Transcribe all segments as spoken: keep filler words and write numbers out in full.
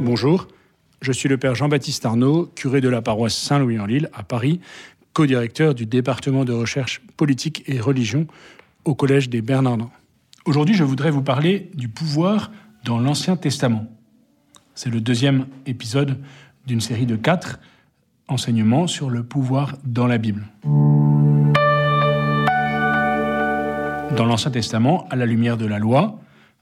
Bonjour, je suis le père Jean-Baptiste Arnaud, curé de la paroisse Saint-Louis-en-l'Île à Paris, co-directeur du département de recherche politique et religion au Collège des Bernardins. Aujourd'hui, je voudrais vous parler du pouvoir dans l'Ancien Testament. C'est le deuxième épisode d'une série de quatre enseignements sur le pouvoir dans la Bible. Dans l'Ancien Testament, à la lumière de la loi,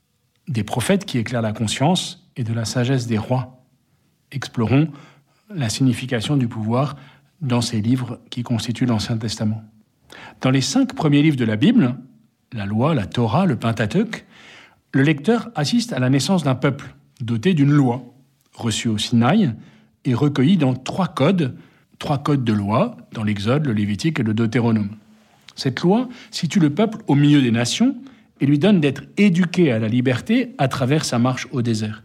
des prophètes qui éclairent la conscience et de la sagesse des rois, explorons la signification du pouvoir dans ces livres qui constituent l'Ancien Testament. Dans les cinq premiers livres de la Bible, la loi, la Torah, le Pentateuque, le lecteur assiste à la naissance d'un peuple doté d'une loi, reçue au Sinaï et recueillie dans trois codes, trois codes de loi, dans l'Exode, le Lévitique et le Deutéronome. Cette loi situe le peuple au milieu des nations et lui donne d'être éduqué à la liberté à travers sa marche au désert.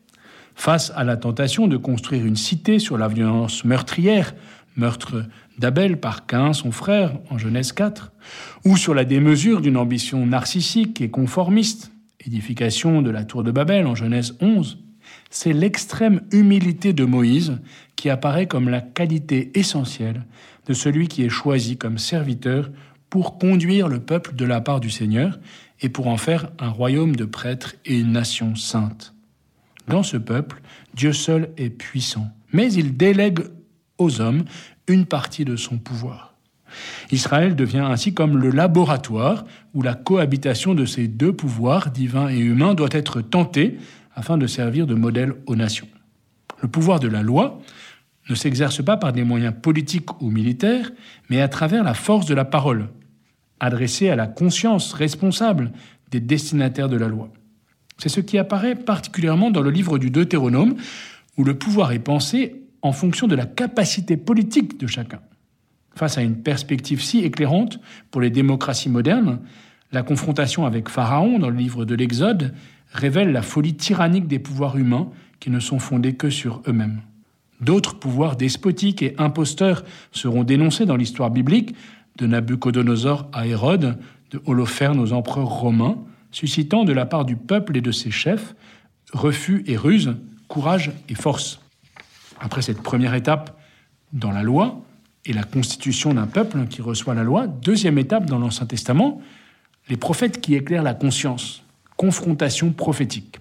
Face à la tentation de construire une cité sur la violence meurtrière, meurtre d'Abel par Caïn, son frère, en Genèse quatre, ou sur la démesure d'une ambition narcissique et conformiste, édification de la tour de Babel en Genèse onze, c'est l'extrême humilité de Moïse qui apparaît comme la qualité essentielle de celui qui est choisi comme serviteur pour conduire le peuple de la part du Seigneur et pour en faire un royaume de prêtres et une nation sainte. Dans ce peuple, Dieu seul est puissant, mais il délègue aux hommes une partie de son pouvoir. Israël devient ainsi comme le laboratoire où la cohabitation de ces deux pouvoirs, divins et humains, doit être tentée afin de servir de modèle aux nations. Le pouvoir de la loi ne s'exerce pas par des moyens politiques ou militaires, mais à travers la force de la parole, adressée à la conscience responsable des destinataires de la loi. C'est ce qui apparaît particulièrement dans le livre du Deutéronome, où le pouvoir est pensé en fonction de la capacité politique de chacun. Face à une perspective si éclairante pour les démocraties modernes, la confrontation avec Pharaon dans le livre de l'Exode révèle la folie tyrannique des pouvoirs humains qui ne sont fondés que sur eux-mêmes. D'autres pouvoirs despotiques et imposteurs seront dénoncés dans l'histoire biblique, de Nabuchodonosor à Hérode, de Holoferne aux empereurs romains, suscitant de la part du peuple et de ses chefs refus et ruse, courage et force. Après cette première étape dans la loi et la constitution d'un peuple qui reçoit la loi, deuxième étape dans l'Ancien Testament, les prophètes qui éclairent la conscience, confrontation prophétique.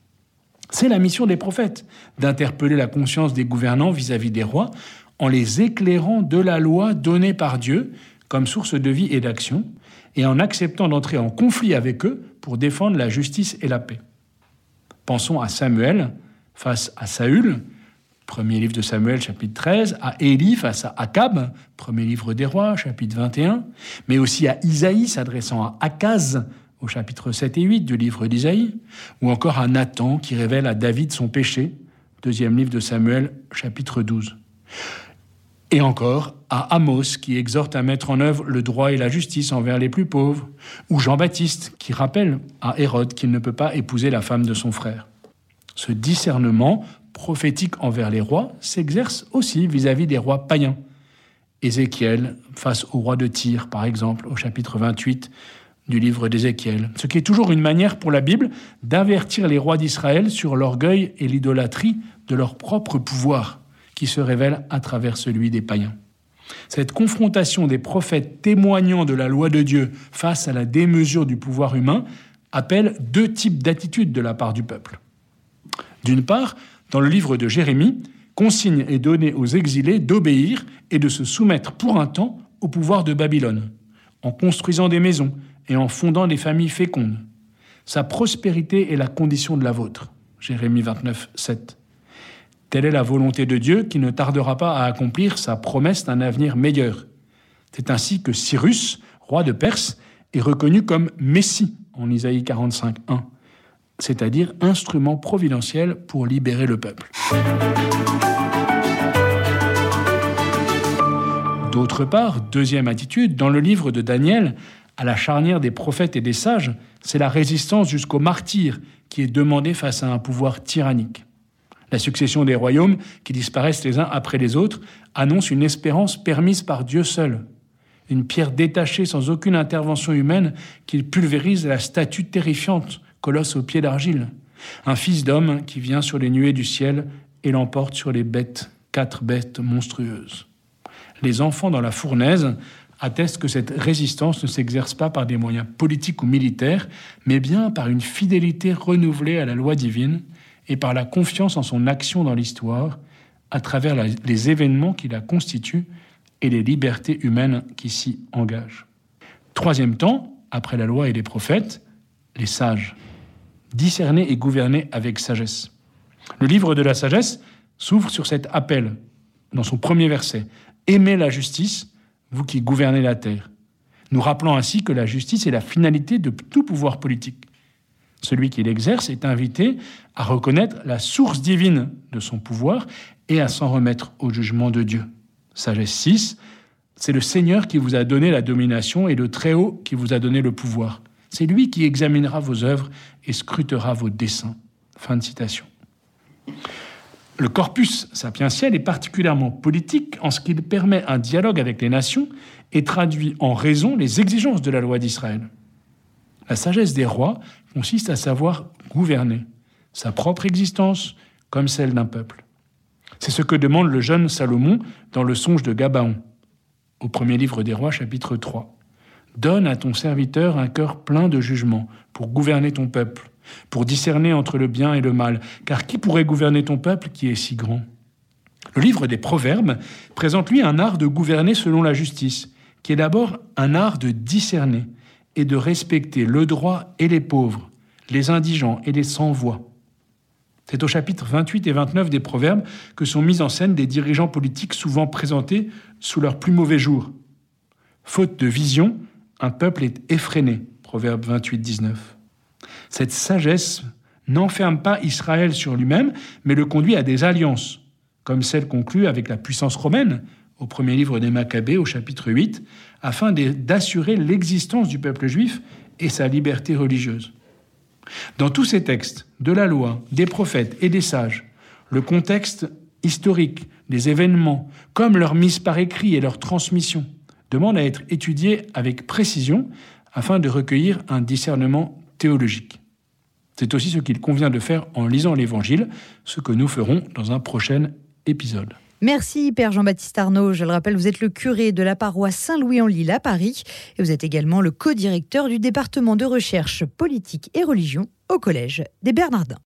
C'est la mission des prophètes, d'interpeller la conscience des gouvernants vis-à-vis des rois en les éclairant de la loi donnée par Dieu comme source de vie et d'action, et en acceptant d'entrer en conflit avec eux pour défendre la justice et la paix. Pensons à Samuel face à Saül, premier livre de Samuel, chapitre treize, à Élie face à Akab, premier livre des rois, chapitre vingt et un, mais aussi à Isaïe s'adressant à Akaz, au chapitre sept et huit du livre d'Isaïe, ou encore à Nathan qui révèle à David son péché, deuxième livre de Samuel, chapitre douze. Et encore à Amos qui exhorte à mettre en œuvre le droit et la justice envers les plus pauvres, ou Jean-Baptiste qui rappelle à Hérode qu'il ne peut pas épouser la femme de son frère. Ce discernement prophétique envers les rois s'exerce aussi vis-à-vis des rois païens. Ézéchiel face au roi de Tyr, par exemple, au chapitre vingt-huit du livre d'Ézéchiel. Ce qui est toujours une manière pour la Bible d'avertir les rois d'Israël sur l'orgueil et l'idolâtrie de leur propre pouvoir, qui se révèle à travers celui des païens. Cette confrontation des prophètes témoignant de la loi de Dieu face à la démesure du pouvoir humain appelle deux types d'attitudes de la part du peuple. D'une part, dans le livre de Jérémie, consigne est donnée aux exilés d'obéir et de se soumettre pour un temps au pouvoir de Babylone, en construisant des maisons et en fondant des familles fécondes. Sa prospérité est la condition de la vôtre. Jérémie vingt-neuf, sept. Telle est la volonté de Dieu qui ne tardera pas à accomplir sa promesse d'un avenir meilleur. C'est ainsi que Cyrus, roi de Perse, est reconnu comme Messie en Isaïe quarante-cinq, un, c'est-à-dire instrument providentiel pour libérer le peuple. D'autre part, deuxième attitude, dans le livre de Daniel, à la charnière des prophètes et des sages, c'est la résistance jusqu'au martyre qui est demandée face à un pouvoir tyrannique. La succession des royaumes, qui disparaissent les uns après les autres, annonce une espérance permise par Dieu seul. Une pierre détachée sans aucune intervention humaine qui pulvérise la statue terrifiante, colosse aux pieds d'argile. Un fils d'homme qui vient sur les nuées du ciel et l'emporte sur les bêtes, quatre bêtes monstrueuses. Les enfants dans la fournaise attestent que cette résistance ne s'exerce pas par des moyens politiques ou militaires, mais bien par une fidélité renouvelée à la loi divine et par la confiance en son action dans l'histoire, à travers la, les événements qui la constituent et les libertés humaines qui s'y engagent. Troisième temps, après la loi et les prophètes, les sages. Discerner et gouverner avec sagesse. Le livre de la sagesse s'ouvre sur cet appel, dans son premier verset. « Aimez la justice, vous qui gouvernez la terre », nous rappelant ainsi que la justice est la finalité de tout pouvoir politique. Celui qui l'exerce est invité à reconnaître la source divine de son pouvoir et à s'en remettre au jugement de Dieu. Sagesse six, c'est le Seigneur qui vous a donné la domination et le Très-Haut qui vous a donné le pouvoir. C'est lui qui examinera vos œuvres et scrutera vos desseins. Fin de citation. Le corpus sapientiel est particulièrement politique en ce qu'il permet un dialogue avec les nations et traduit en raison les exigences de la loi d'Israël. La sagesse des rois consiste à savoir gouverner sa propre existence comme celle d'un peuple. C'est ce que demande le jeune Salomon dans le songe de Gabaon, au premier livre des rois, chapitre trois. « Donne à ton serviteur un cœur plein de jugement pour gouverner ton peuple, pour discerner entre le bien et le mal, car qui pourrait gouverner ton peuple qui est si grand ?» Le livre des Proverbes présente lui un art de gouverner selon la justice, qui est d'abord un art de discerner et de respecter le droit et les pauvres, les indigents et les sans-voix. C'est au chapitre vingt-huit et vingt-neuf des Proverbes que sont mis en scène des dirigeants politiques souvent présentés sous leur plus mauvais jour. Faute de vision, un peuple est effréné, Proverbe vingt-huit, dix-neuf. Cette sagesse n'enferme pas Israël sur lui-même, mais le conduit à des alliances, comme celle conclue avec la puissance romaine, au premier livre des Maccabées, au chapitre huit, afin d'assurer l'existence du peuple juif et sa liberté religieuse. Dans tous ces textes, de la loi, des prophètes et des sages, le contexte historique, des événements, comme leur mise par écrit et leur transmission, demande à être étudié avec précision afin de recueillir un discernement théologique. C'est aussi ce qu'il convient de faire en lisant l'Évangile, ce que nous ferons dans un prochain épisode. Merci Père Jean-Baptiste Arnaud. Je le rappelle, vous êtes le curé de la paroisse Saint-Louis-en-l'Île à Paris et vous êtes également le co-directeur du département de recherche politique et religion au Collège des Bernardins.